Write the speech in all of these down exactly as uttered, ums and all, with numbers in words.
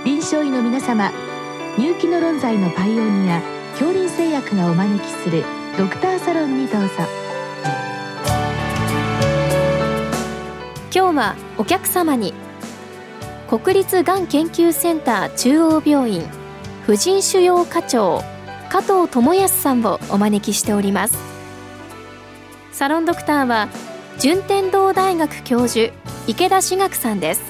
臨床医の皆様、入気の論剤のパイオニア恐林製薬がお招きするドクターサロンにどうぞ。 今日はお客様に国立がん研究センター中央病院婦人腫瘍科長加藤智康さんをお招きしております。サロンドクターは順天堂大学教授池田志学さんです。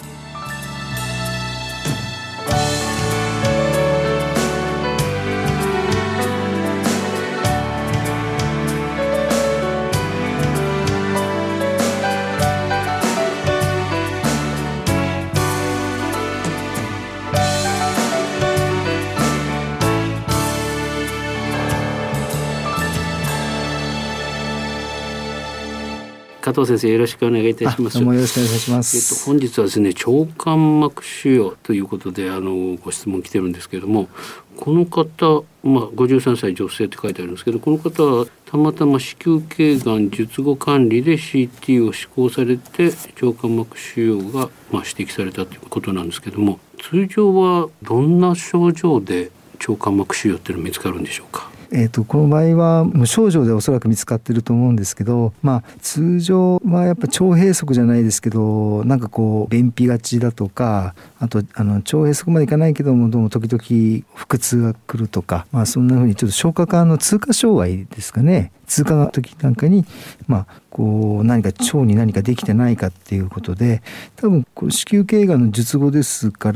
加藤先生、よろしくお願いいたします。 どうもよろしくお願いします。 えっと、本日はですね、腸間膜腫瘍ということであのご質問来てるんですけれども、この方、まあ、ごじゅうさんさい女性って書いてあるんですけど、この方はたまたま子宮頸がん術後管理で シーティー を施行されて腸間膜腫瘍が、まあ、指摘されたということなんですけども、通常はどんな症状で腸間膜腫瘍っていうのが見つかるんでしょうか？ えー、とこの場合は無症状でおそらく見つかっていると思うんですけど、まあ、通常はやっぱ腸閉塞じゃないですけど、なんかこう便秘がちだとか、あとあの腸閉塞までいかないけどもどうも時々腹痛が来るとか、まあ、そんな風にちょっと消化管の通過障害ですかね、通過の時なんかに、まあ、こう何か腸に何かできてないかっていうことで、多分こう子宮頸がんの術後ですから、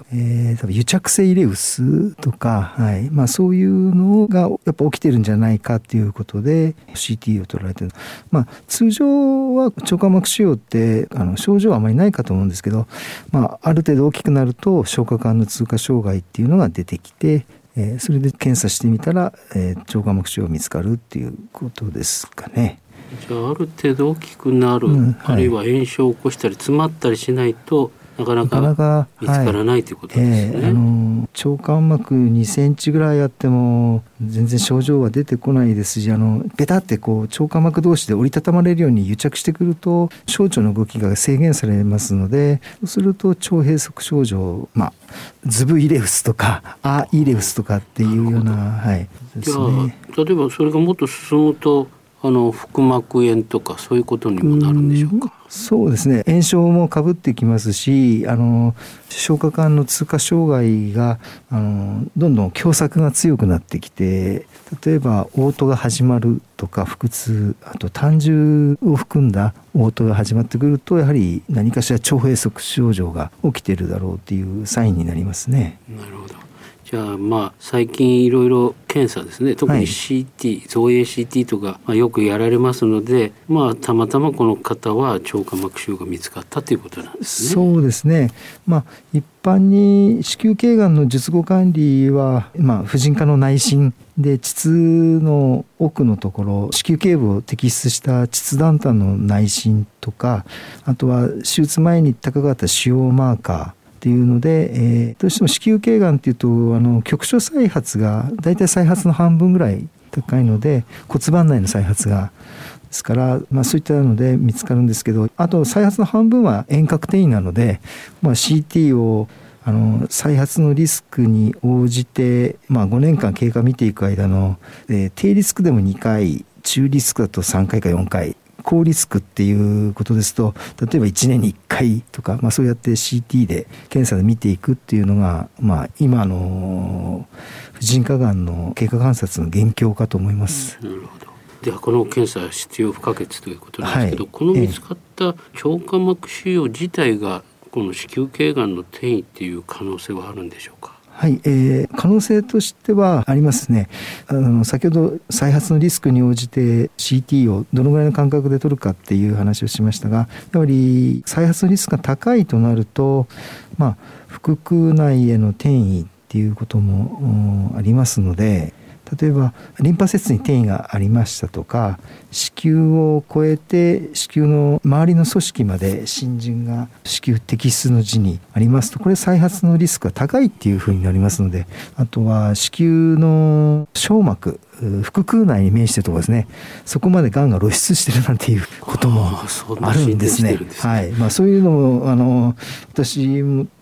えー、多分癒着性イレウスとか、はいまあ、そういうのがやっぱ起きてるんじゃないかっていうことで シーティー を取られてる。まあ、通常は腸間膜腫瘍ってあの症状はあまりないかと思うんですけど、まあ、ある程度大きくなると消化管の通過障害っていうのが出てきて、えー、それで検査してみたら、えー、腸間膜腫瘍見つかるっていうことですかね。 じゃあ、ある程度大きくなる、うんはい、あるいは炎症を起こしたり詰まったりしないとなかなか見つからないということですね。 はいえー、あの腸間膜にセンチぐらいあっても全然症状は出てこないですし、あのベタってこう腸間膜同士で折りたたまれるように癒着してくると小腸の動きが制限されますので、そうすると腸閉塞症状、まあ、ズブイレウスとかアイレウスとかっていうような、はい、ですね。 じゃあ例えばそれがもっと進むとあの腹膜炎とかそういうことにもなるんでしょうか？ うそうですね、炎症もかぶってきますし、あの消化管の通過障害があのどんどん狭窄が強くなってきて、例えば嘔吐が始まるとか腹痛、あと胆汁を含んだ嘔吐が始まってくると、やはり何かしら腸閉塞症状が起きているだろうというサインになりますね。 なるほど。じゃあ、まあ最近いろいろ検査ですね、特に シーティー、はい、造影 シーティー とか、まあ、よくやられますので、まあ、たまたまこの方は腸間膜腫瘍が見つかったということなんですね。 そうですね、まあ、一般に子宮頸がんの術後管理は、まあ、婦人科の内診で膣の奥のところ、子宮頸部を摘出した膣断端の内診とか、あとは手術前に高かった腫瘍マーカーっていうので、えー、どうしても子宮頸がんっていうとあの局所再発がだいたい再発の半分ぐらい高いので、骨盤内の再発がですから、まあ、そういったので見つかるんですけど、あと再発の半分は遠隔転移なので、まあ、シーティー をあの再発のリスクに応じて、まあ、ごねんかん経過見ていく間の、えー、低リスクでもにかい、中リスクだとさんかいかよんかい、高リスクっていうことですと例えばいちねんにいっかいとか、まあ、そうやって シーティー で検査で見ていくっていうのが、まあ、今の婦人科がんの経過観察の現況かと思います。 なるほど。ではこの検査は必要不可欠ということなんですけど、はい、この見つかった腸間膜腫瘍自体がこの子宮頸がんの転移っていう可能性はあるんでしょうか？ はい、えー、可能性としてはありますね。あの先ほど再発のリスクに応じて シーティー をどのぐらいの間隔で取るかっていう話をしましたが、やはり再発のリスクが高いとなると、まあ、腹腔内への転移っていうこともありますので、例えばリンパ節に転移がありましたとか、子宮を超えて子宮の周りの組織まで浸潤が子宮摘出の時にありますと、これ再発のリスクが高いっていうふうになりますので、あとは子宮の小膜、腹腔内に面しているところですね、そこまでがんが露出してるなんていうこともあるんですね。はい、まあ、そういうのもあの私も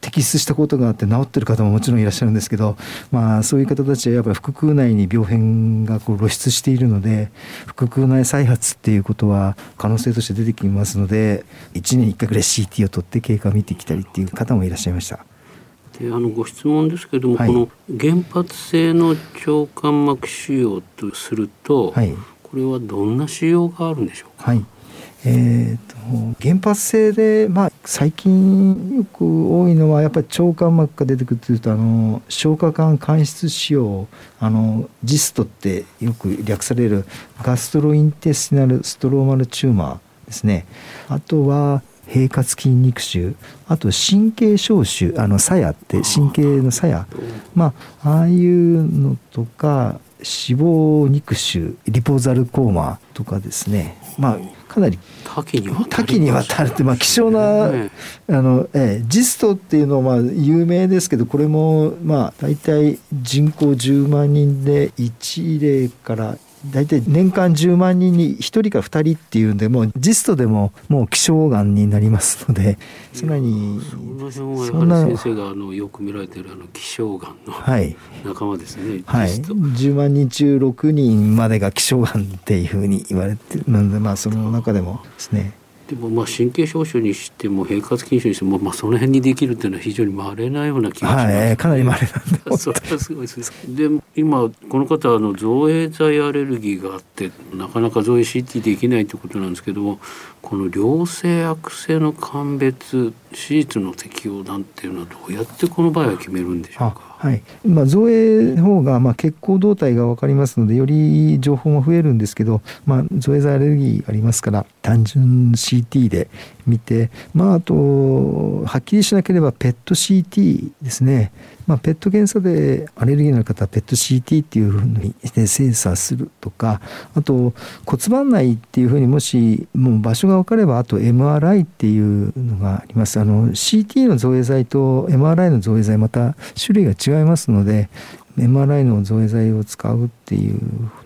摘出したことがあって治ってる方ももちろんいらっしゃるんですけど、まあ、そういう方たちはやっぱり腹腔内に病変がこう露出しているので、腹腔内再発っていうことは可能性として出てきますので、いちねんにいっかいぐらい シーティー を取って経過を見てきたりっていう方もいらっしゃいました。 であのご質問ですけれども、はい、この原発性の腸間膜腫瘍とすると、はい、これはどんな腫瘍があるんでしょうか。はい、 えー、と原発性で、まあ、最近よく多いのはやっぱり腸間膜が出てくるというと、あの消化管間質腫瘍、あのジストってよく略されるガストロインテスティナルストローマルチューマーですね。あとは平滑筋肉腫、あと神経小腫、あの鞘って神経の鞘、まあ、ああいうのとか脂肪肉腫、リポザルコーマとかですね、まあかなり多岐にわたる多岐にわたるって、まあ、希少な、ね、あのええ、ジストっていうのはまあ有名ですけど、これもまあ大体人口じゅうまんにんでいち例から大体年間じゅうまんにんにひとりかふたりっていうんで、もうジストでももう希少がんになりますので、そんなにその辺はやはり先生があのよく見られているあの希少がんの仲間ですね、 はい、じゅうまんにん中ろくにんまでが希少がんっていうふうに言われてるので、まあその中でもですね。 でもまあ神経小腫にしても平滑筋腫にしても、まあ、その辺にできるっていうのは非常に稀なような気がします、ね。 はい、かなり稀なんでそれはすごいですね。で今この方はあの造影剤アレルギーがあってなかなか造影 シーティー できないということなんですけども、この良性悪性の鑑別手術の適用なんていうのはどうやってこの場合は決めるんでしょうか。 はい、まあ、造影の方がまあ血行動態が分かりますのでより情報も増えるんですけど、まあ、造影剤アレルギーありますから単純 シーティー で見て、まあ、あとはっきりしなければ ペット シーティー ですね。まあ、ペット検査でアレルギーのある方は ペット シーティー っていうふうにして精査するとか、あと骨盤内っていうふうにもしもう場所が分かればあと エムアールアイ っていうのがあります。あの シーティー の造影剤と エムアールアイ の造影剤また種類が違いますので、 エムアールアイ の造影剤を使うっていう、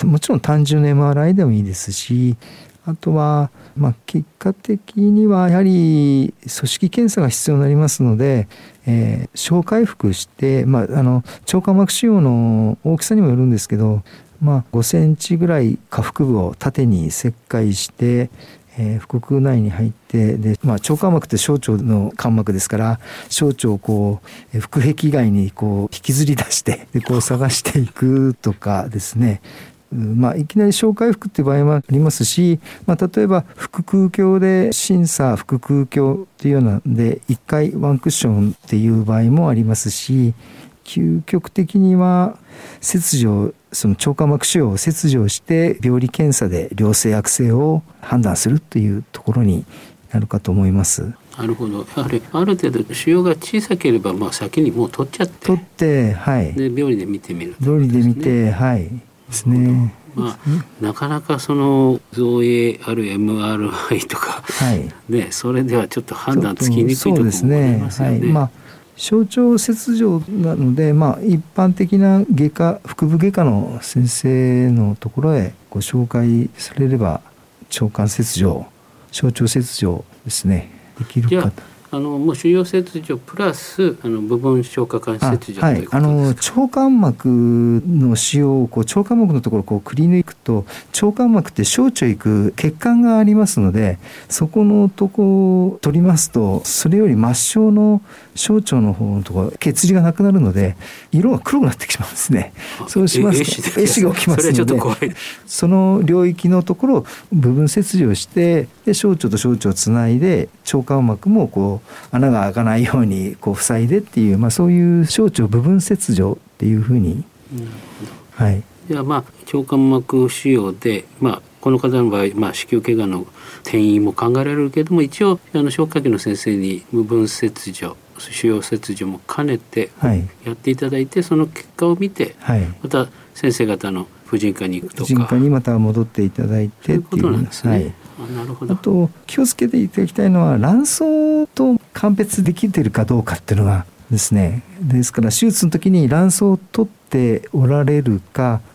もちろん単純な エムアールアイ でもいいですし、あとは、まあ、結果的にはやはり組織検査が必要になりますので、えー、小回復して、まあ、あの腸間膜腫瘍の大きさにもよるんですけど、まあ、ごセンチぐらい下腹部を縦に切開して、えー、腹腔内に入ってで、まあ、腸間膜って小腸の間膜ですから、小腸をこう腹壁外にこう引きずり出してでこう探していくとかですね。まあ、いきなり小回復っていう場合もありますし、まあ、例えば腹腔鏡で審査腹腔鏡っていうようなんでいっかいワンクッションっていう場合もありますし、究極的には切除、その腸間膜腫瘍を切除して病理検査で良性悪性を判断するというところになるかと思います。 なるほど。やはりある程度腫瘍が小さければ、まあ、先にもう取っちゃって取って、はい、 で病理で見てみる、ね、 病理で見て、はいですね。 まあ、なかなかその造影ある エムアールアイ とか、はいね、それではちょっと判断つきにくいところもありますよね。まあ、 小腸切除なので、まあ、一般的な外科腹部外科の先生のところへご紹介されれば腸間切除、小腸切除ですね、できるかと。 あのもう腫瘍切除プラスあの部分消化管切除ということですか。 はい、あの腸間膜の腫瘍をこう腸間膜のところをこうくり抜くと、腸間膜って小腸行く血管がありますので、そこのとこを取りますとそれより末梢の小腸の方のところ血流がなくなるので色が黒くなってきますですね。そうしますと壊死が起きますので、それはちょっと怖い。その領域のところを部分切除してで小腸と小腸をつないで腸間膜もこう穴が開かないようにこう塞いでっていう、まあ、そういう小腸部分切除っていうふうに、はい、 ではまあ腸間膜腫瘍で、まあ、この方の場合、まあ、子宮頸がんの転移も考えられるけれども、一応あの消化器の先生に部分切除腫瘍切除も兼ねてやっていただいて、はい、その結果を見て、はい、また先生方の婦人科に行くとか、婦人科にまた戻っていただいてっていうことなんですね。はい、 あ, なるほど。あと気をつけていただきたいのは卵巣と鑑別できているかどうかっていうのがですね。ですから手術の時に卵巣を取っておられるか、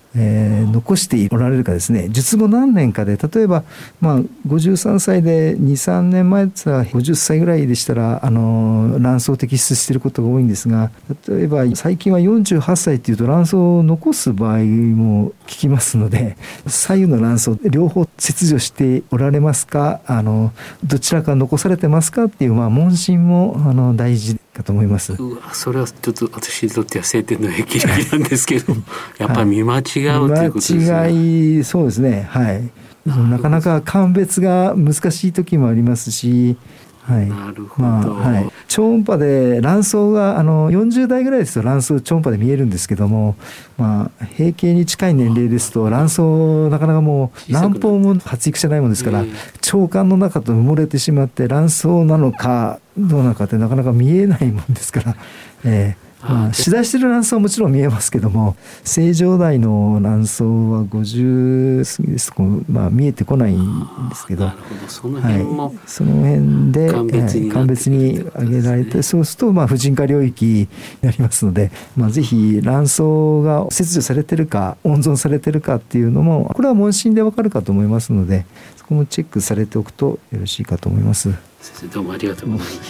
えー、残しておられるかですね、術後何年かで、例えば、まあ、ごじゅうさんさいでにさんねんまえだったらごじゅっさいぐらいでしたらあの卵巣を摘出していることが多いんですが、例えば最近はよんじゅうはっさいっていうと卵巣を残す場合も聞きますので、左右の卵巣両方切除しておられますか、あのどちらか残されてますかっていう、まあ、問診もあの大事かと思います。 うわ、それはちょっと私にとっては晴天の霹靂なんですけどやっぱり見間違うということですね。 見間違い、そうですね、はい、なかなか鑑別が難しい時もありますし、はい、 なるほど、 まあはい、超音波で卵巣があのよんじゅう代ぐらいですと卵巣超音波で見えるんですけども、まあ、閉経に近い年齢ですと卵巣なかなかもう卵胞も発育じゃないものですから、腸管の中と埋もれてしまって卵巣なのかどうなのかってなかなか見えないもんですから、えーまあ、死出している卵巣はもちろん見えますけども、正常代の卵巣はごじゅう過ぎですと、まあ、見えてこないんですけど、 なるほど、その辺も、 はい、その辺で鑑別に、 鑑別に挙げられて、そうするとまあ婦人科領域になりますので、まあ、ぜひ卵巣が切除されてるか温存されてるかっていうのもこれは問診でわかるかと思いますので、そこもチェックされておくとよろしいかと思います。 先生、どうもありがとうございます。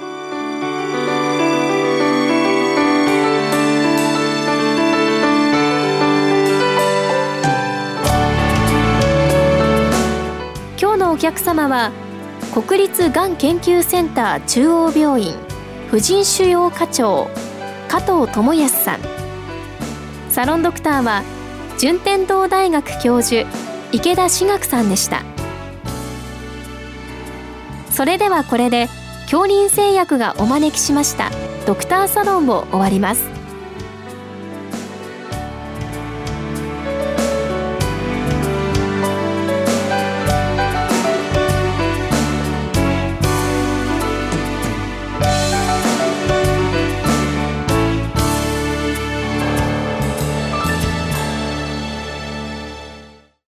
お客様は国立がん研究センター中央病院婦人腫瘍科長加藤智康さん、サロンドクターは順天堂大学教授池田志学さんでした。それではこれで杏林製薬がお招きしましたドクターサロンを終わります。